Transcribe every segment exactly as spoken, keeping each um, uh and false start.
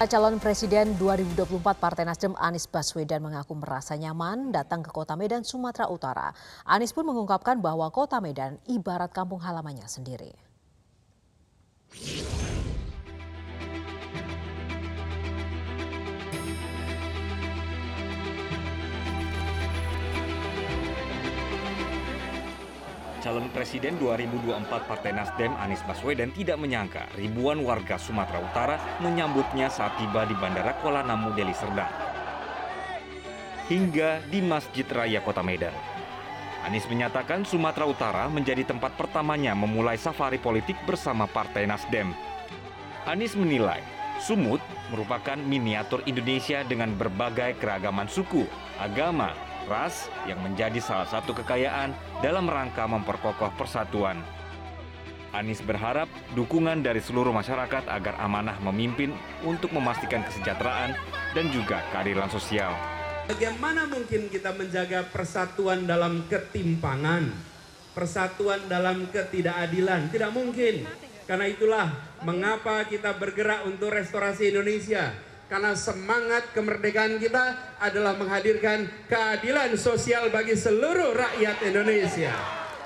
Calon Presiden dua ribu dua puluh empat Partai Nasdem Anies Baswedan mengaku merasa nyaman datang ke Kota Medan, Sumatera Utara. Anies pun mengungkapkan bahwa Kota Medan ibarat kampung halamannya sendiri. Calon Presiden dua ribu dua puluh empat Partai Nasdem Anies Baswedan tidak menyangka ribuan warga Sumatera Utara menyambutnya saat tiba di Bandara Kuala Namu, Deli Serdang. Hingga di Masjid Raya Kota Medan. Anies menyatakan Sumatera Utara menjadi tempat pertamanya memulai safari politik bersama Partai Nasdem. Anies menilai Sumut merupakan miniatur Indonesia dengan berbagai keragaman suku, agama, ras yang menjadi salah satu kekayaan dalam rangka memperkokoh persatuan. Anies berharap dukungan dari seluruh masyarakat agar amanah memimpin untuk memastikan kesejahteraan dan juga keadilan sosial. Bagaimana mungkin kita menjaga persatuan dalam ketimpangan, persatuan dalam ketidakadilan? Tidak mungkin. Karena itulah mengapa kita bergerak untuk restorasi Indonesia. Karena semangat kemerdekaan kita adalah menghadirkan keadilan sosial bagi seluruh rakyat Indonesia.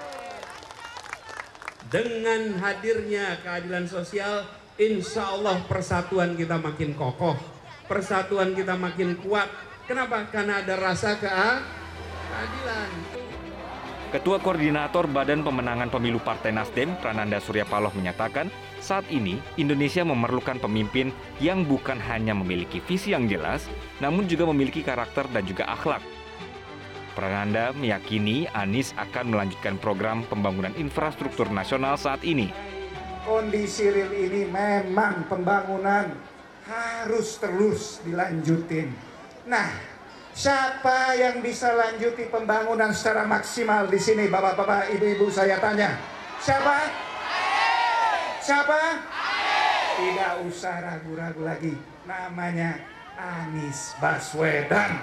Dengan hadirnya keadilan sosial, insya Allah persatuan kita makin kokoh, persatuan kita makin kuat. Kenapa? Karena ada rasa keadilan. Ketua Koordinator Badan Pemenangan Pemilu Partai Nasdem, Prananda Surya Paloh menyatakan, saat ini Indonesia memerlukan pemimpin yang bukan hanya memiliki visi yang jelas, namun juga memiliki karakter dan juga akhlak. Prananda meyakini Anies akan melanjutkan program pembangunan infrastruktur nasional saat ini. Kondisi real ini memang pembangunan harus terus dilanjutin. Nah, siapa yang bisa lanjuti pembangunan secara maksimal di sini, bapak-bapak, ibu-ibu, saya tanya. Siapa? Siapa? Tidak usah ragu-ragu lagi. Namanya Anies Baswedan.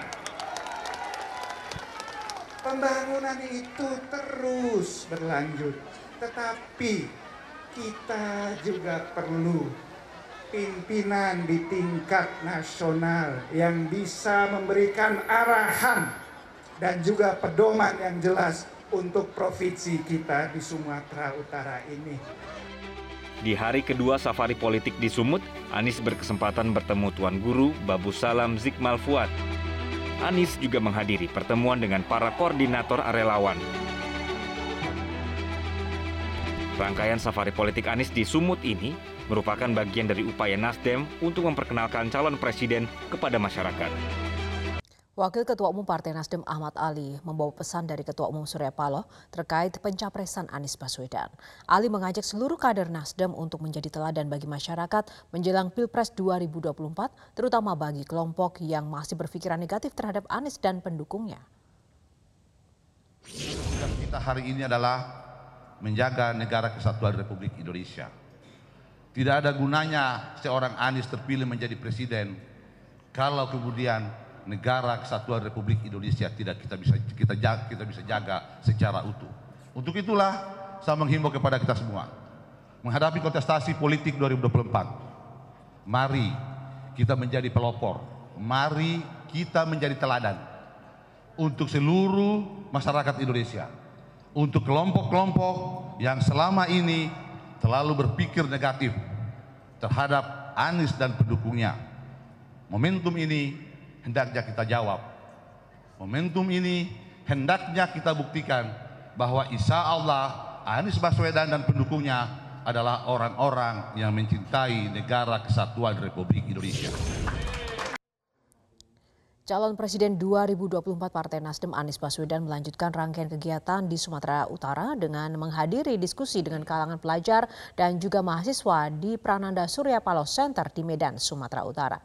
Pembangunan itu terus berlanjut. Tetapi kita juga perlu pimpinan di tingkat nasional yang bisa memberikan arahan dan juga pedoman yang jelas untuk provinsi kita di Sumatera Utara ini. Di hari kedua safari politik di Sumut, Anies berkesempatan bertemu Tuan Guru Babu Salam Zikmal Fuad. Anies juga menghadiri pertemuan dengan para koordinator relawan. Rangkaian safari politik Anies di Sumut ini merupakan bagian dari upaya Nasdem untuk memperkenalkan calon presiden kepada masyarakat. Wakil Ketua Umum Partai Nasdem Ahmad Ali membawa pesan dari Ketua Umum Surya Paloh terkait pencapresan Anies Baswedan. Ali mengajak seluruh kader Nasdem untuk menjadi teladan bagi masyarakat menjelang Pilpres dua ribu dua puluh empat, terutama bagi kelompok yang masih berpikiran negatif terhadap Anies dan pendukungnya. Tugas kita hari ini adalah menjaga negara kesatuan Republik Indonesia. Tidak ada gunanya seorang Anies terpilih menjadi presiden kalau kemudian negara kesatuan Republik Indonesia tidak kita bisa kita jaga, kita bisa jaga secara utuh. Untuk itulah saya menghimbau kepada kita semua menghadapi kontestasi politik dua ribu dua puluh empat. Mari kita menjadi pelopor, mari kita menjadi teladan untuk seluruh masyarakat Indonesia, untuk kelompok-kelompok yang selama ini terlalu berpikir negatif terhadap Anies dan pendukungnya. Momentum ini hendaknya kita jawab. Momentum ini hendaknya kita buktikan bahwa insya Allah Anies Baswedan dan pendukungnya adalah orang-orang yang mencintai negara kesatuan Republik Indonesia. Calon Presiden dua ribu dua puluh empat Partai Nasdem Anies Baswedan melanjutkan rangkaian kegiatan di Sumatera Utara dengan menghadiri diskusi dengan kalangan pelajar dan juga mahasiswa di Prananda Surya Paloh Center di Medan, Sumatera Utara.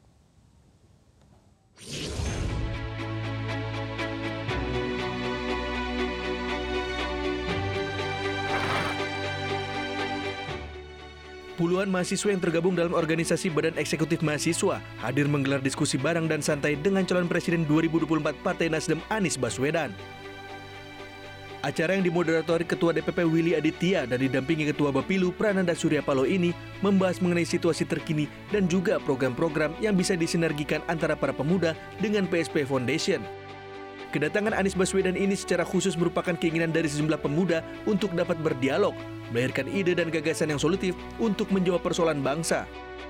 Puluhan mahasiswa yang tergabung dalam organisasi Badan Eksekutif Mahasiswa hadir menggelar diskusi bareng dan santai dengan calon presiden dua ribu dua puluh empat Partai Nasdem Anies Baswedan. Acara yang dimoderatori Ketua D P P Willy Aditya dan didampingi Ketua Bapilu Prananda Surya Paloh ini membahas mengenai situasi terkini dan juga program-program yang bisa disinergikan antara para pemuda dengan P S P Foundation. Kedatangan Anies Baswedan ini secara khusus merupakan keinginan dari sejumlah pemuda untuk dapat berdialog, melahirkan ide dan gagasan yang solutif untuk menjawab persoalan bangsa.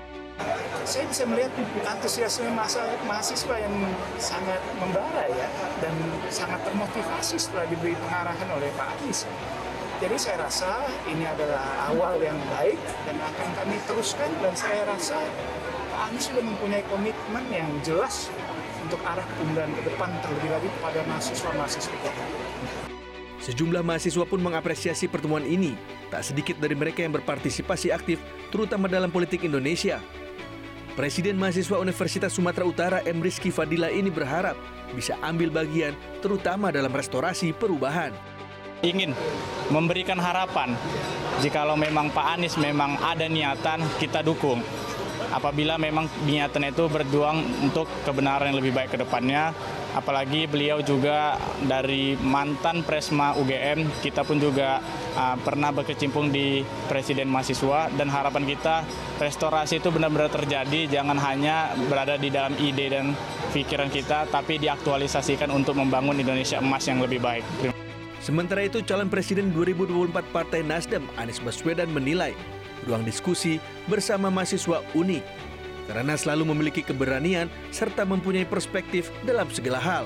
Saya bisa melihat antusiasme masa mahasiswa yang sangat membara ya, dan sangat termotivasi setelah diberi pengarahan oleh Pak Anies. Jadi saya rasa ini adalah awal yang baik dan akan kami teruskan, dan saya rasa Pak Anies sudah mempunyai komitmen yang jelas untuk arah kepemudaan ke depan, terlebih lagi kepada mahasiswa-mahasiswa kita. Sejumlah mahasiswa pun mengapresiasi pertemuan ini. Tak sedikit dari mereka yang berpartisipasi aktif, terutama dalam politik Indonesia. Presiden Mahasiswa Universitas Sumatera Utara M. Rizky Fadila ini berharap bisa ambil bagian terutama dalam restorasi perubahan. Ingin memberikan harapan, jikalau memang Pak Anies memang ada niatan, kita dukung. Apabila memang niatan itu berjuang untuk kebenaran yang lebih baik ke depannya, apalagi beliau juga dari mantan Presma U G M, kita pun juga uh, pernah berkecimpung di Presiden Mahasiswa, dan harapan kita restorasi itu benar-benar terjadi, jangan hanya berada di dalam ide dan pikiran kita, tapi diaktualisasikan untuk membangun Indonesia emas yang lebih baik. Sementara itu, calon Presiden dua ribu dua puluh empat Partai Nasdem, Anies Baswedan menilai ruang diskusi bersama mahasiswa unik karena selalu memiliki keberanian serta mempunyai perspektif dalam segala hal.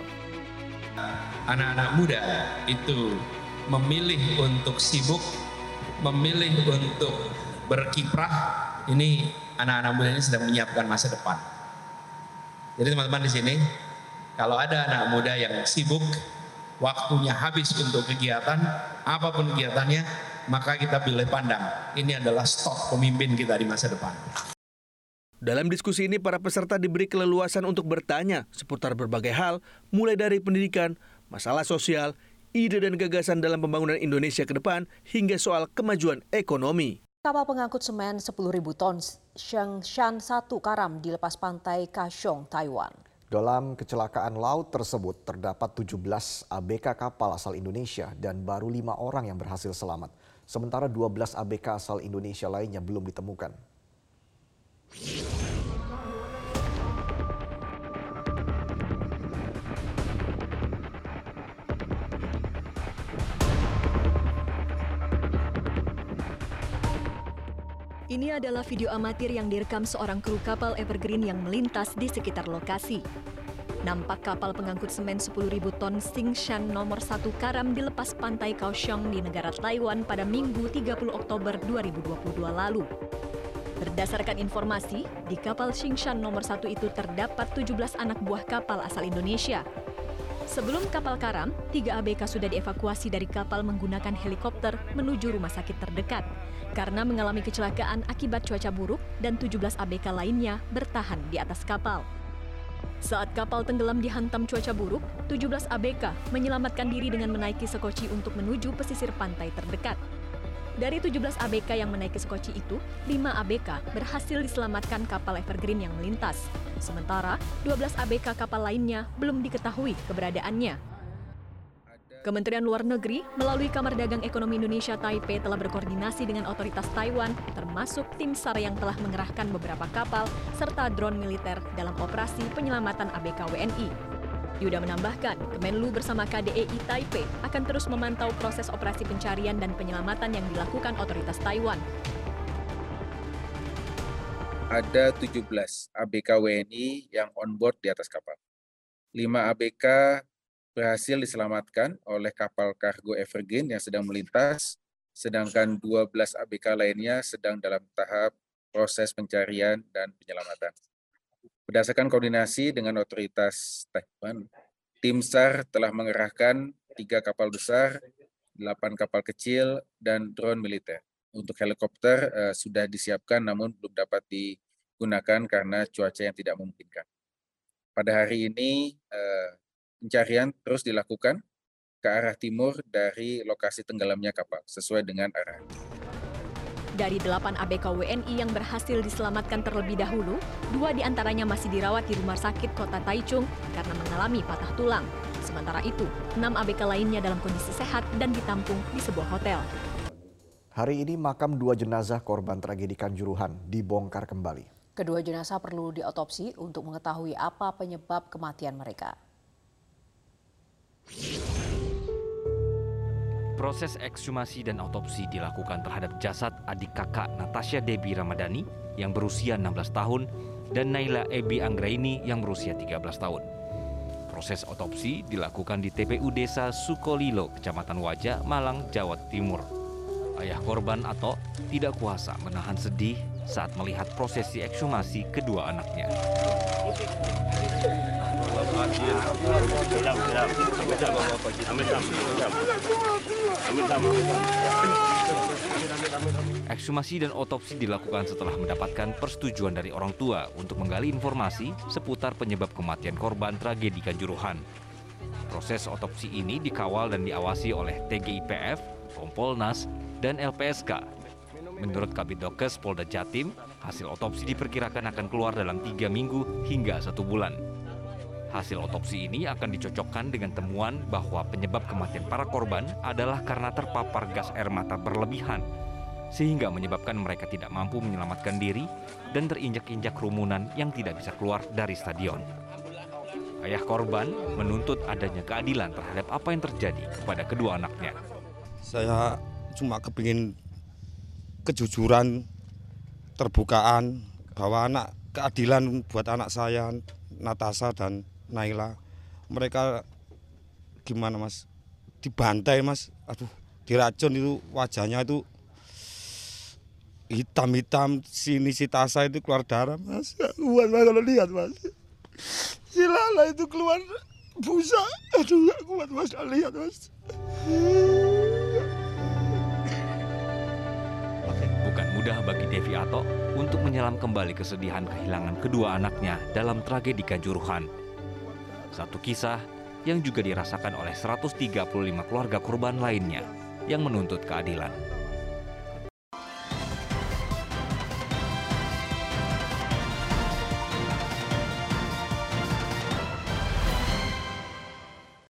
Anak-anak muda itu memilih untuk sibuk, memilih untuk berkiprah. Ini anak-anak muda ini sedang menyiapkan masa depan. Jadi teman-teman di sini, kalau ada anak muda yang sibuk, waktunya habis untuk kegiatan, apapun kegiatannya, maka kita pilih pandang. Ini adalah stok pemimpin kita di masa depan. Dalam diskusi ini, para peserta diberi keleluasan untuk bertanya seputar berbagai hal, mulai dari pendidikan, masalah sosial, ide dan gagasan dalam pembangunan Indonesia ke depan, hingga soal kemajuan ekonomi. Kapal pengangkut semen sepuluh ribu ton Shengshan satu karam di lepas pantai Kaohsiung, Taiwan. Dalam kecelakaan laut tersebut terdapat tujuh belas A B K kapal asal Indonesia dan baru lima orang yang berhasil selamat. Sementara dua belas A B K asal Indonesia lainnya belum ditemukan. Ini adalah video amatir yang direkam seorang kru kapal Evergreen yang melintas di sekitar lokasi. Nampak kapal pengangkut semen sepuluh ribu ton Shengshan nomor satu karam di lepas pantai Kaohsiung di negara Taiwan pada Minggu tiga puluh Oktober dua ribu dua puluh dua lalu. Berdasarkan informasi, di kapal Shengshan nomor satu itu terdapat tujuh belas anak buah kapal asal Indonesia. Sebelum kapal karam, tiga A B K sudah dievakuasi dari kapal menggunakan helikopter menuju rumah sakit terdekat karena mengalami kecelakaan akibat cuaca buruk, dan tujuh belas A B K lainnya bertahan di atas kapal. Saat kapal tenggelam dihantam cuaca buruk, tujuh belas A B K menyelamatkan diri dengan menaiki sekoci untuk menuju pesisir pantai terdekat. Dari tujuh belas A B K yang menaiki sekoci itu, lima A B K berhasil diselamatkan kapal Evergreen yang melintas. Sementara dua belas A B K kapal lainnya belum diketahui keberadaannya. Kementerian Luar Negeri melalui Kamar Dagang Ekonomi Indonesia Taipei telah berkoordinasi dengan otoritas Taiwan, termasuk tim SAR yang telah mengerahkan beberapa kapal serta drone militer dalam operasi penyelamatan A B K W N I. Yuda menambahkan, Kemenlu bersama K D E I Taipei akan terus memantau proses operasi pencarian dan penyelamatan yang dilakukan otoritas Taiwan. Ada tujuh belas A B K W N I yang on board di atas kapal. lima A B K berhasil diselamatkan oleh kapal kargo Evergreen yang sedang melintas, sedangkan dua belas A B K lainnya sedang dalam tahap proses pencarian dan penyelamatan. Berdasarkan koordinasi dengan otoritas Taiwan, tim SAR telah mengerahkan tiga kapal besar, delapan kapal kecil, dan drone militer. Untuk helikopter uh, sudah disiapkan namun belum dapat digunakan karena cuaca yang tidak memungkinkan. Pada hari ini, uh, pencarian terus dilakukan ke arah timur dari lokasi tenggelamnya kapal, sesuai dengan arah. Dari delapan A B K W N I yang berhasil diselamatkan terlebih dahulu, dua diantaranya masih dirawat di rumah sakit kota Taichung karena mengalami patah tulang. Sementara itu, enam A B K lainnya dalam kondisi sehat dan ditampung di sebuah hotel. Hari ini makam dua jenazah korban tragedi Kanjuruhan dibongkar kembali. Kedua jenazah perlu diotopsi untuk mengetahui apa penyebab kematian mereka. Proses ekshumasi dan otopsi dilakukan terhadap jasad adik kakak Natasha Debbie Ramadhani yang berusia enam belas tahun dan Naila Ebi Anggraini yang berusia tiga belas tahun. Proses otopsi dilakukan di T P U Desa Sukolilo, Kecamatan Wajah, Malang, Jawa Timur. Ayah korban Ato tidak kuasa menahan sedih saat melihat prosesi ekshumasi kedua anaknya. Ekshumasi dan otopsi dilakukan setelah mendapatkan persetujuan dari orang tua untuk menggali informasi seputar penyebab kematian korban tragedi Kanjuruhan. Proses otopsi ini dikawal dan diawasi oleh T G I P F, Kompolnas, dan L P S K. Menurut Kabid Dokes Polda Jatim, hasil otopsi diperkirakan akan keluar dalam tiga minggu hingga satu bulan. Hasil otopsi ini akan dicocokkan dengan temuan bahwa penyebab kematian para korban adalah karena terpapar gas air mata berlebihan, sehingga menyebabkan mereka tidak mampu menyelamatkan diri dan terinjak-injak kerumunan yang tidak bisa keluar dari stadion. Ayah korban menuntut adanya keadilan terhadap apa yang terjadi kepada kedua anaknya. Saya cuma kepingin kejujuran, terbukaan, bahwa anak keadilan buat anak saya, Natasha dan Naila. Mereka gimana mas, dibantai mas, aduh diracun itu, wajahnya itu hitam-hitam, sini si Tasha itu keluar darah mas. Kuat mas kalau lihat mas, si Lala itu keluar busa, aduh gak kuat mas kalau lihat mas. Bukan mudah bagi Devi Ato untuk menyelam kembali kesedihan kehilangan kedua anaknya dalam tragedi Kanjuruhan. Satu kisah yang juga dirasakan oleh seratus tiga puluh lima keluarga korban lainnya yang menuntut keadilan.